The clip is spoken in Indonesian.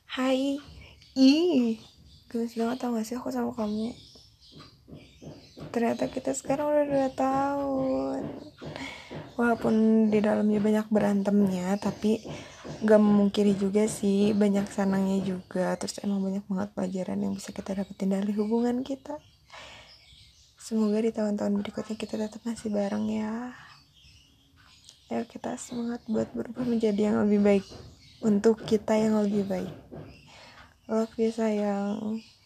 Hai, ih, gemes banget tau gak sih aku sama kamu. Ternyata kita sekarang udah 2 tahun. Walaupun di dalamnya banyak berantemnya, tapi gak memungkiri juga sih banyak senangnya juga. Terus emang banyak banget pelajaran yang bisa kita dapetin dari hubungan kita. Semoga di tahun-tahun berikutnya kita tetap masih bareng ya. Ayo kita semangat buat berubah menjadi yang lebih baik. Untuk kita yang lebih baik. Love you sayang.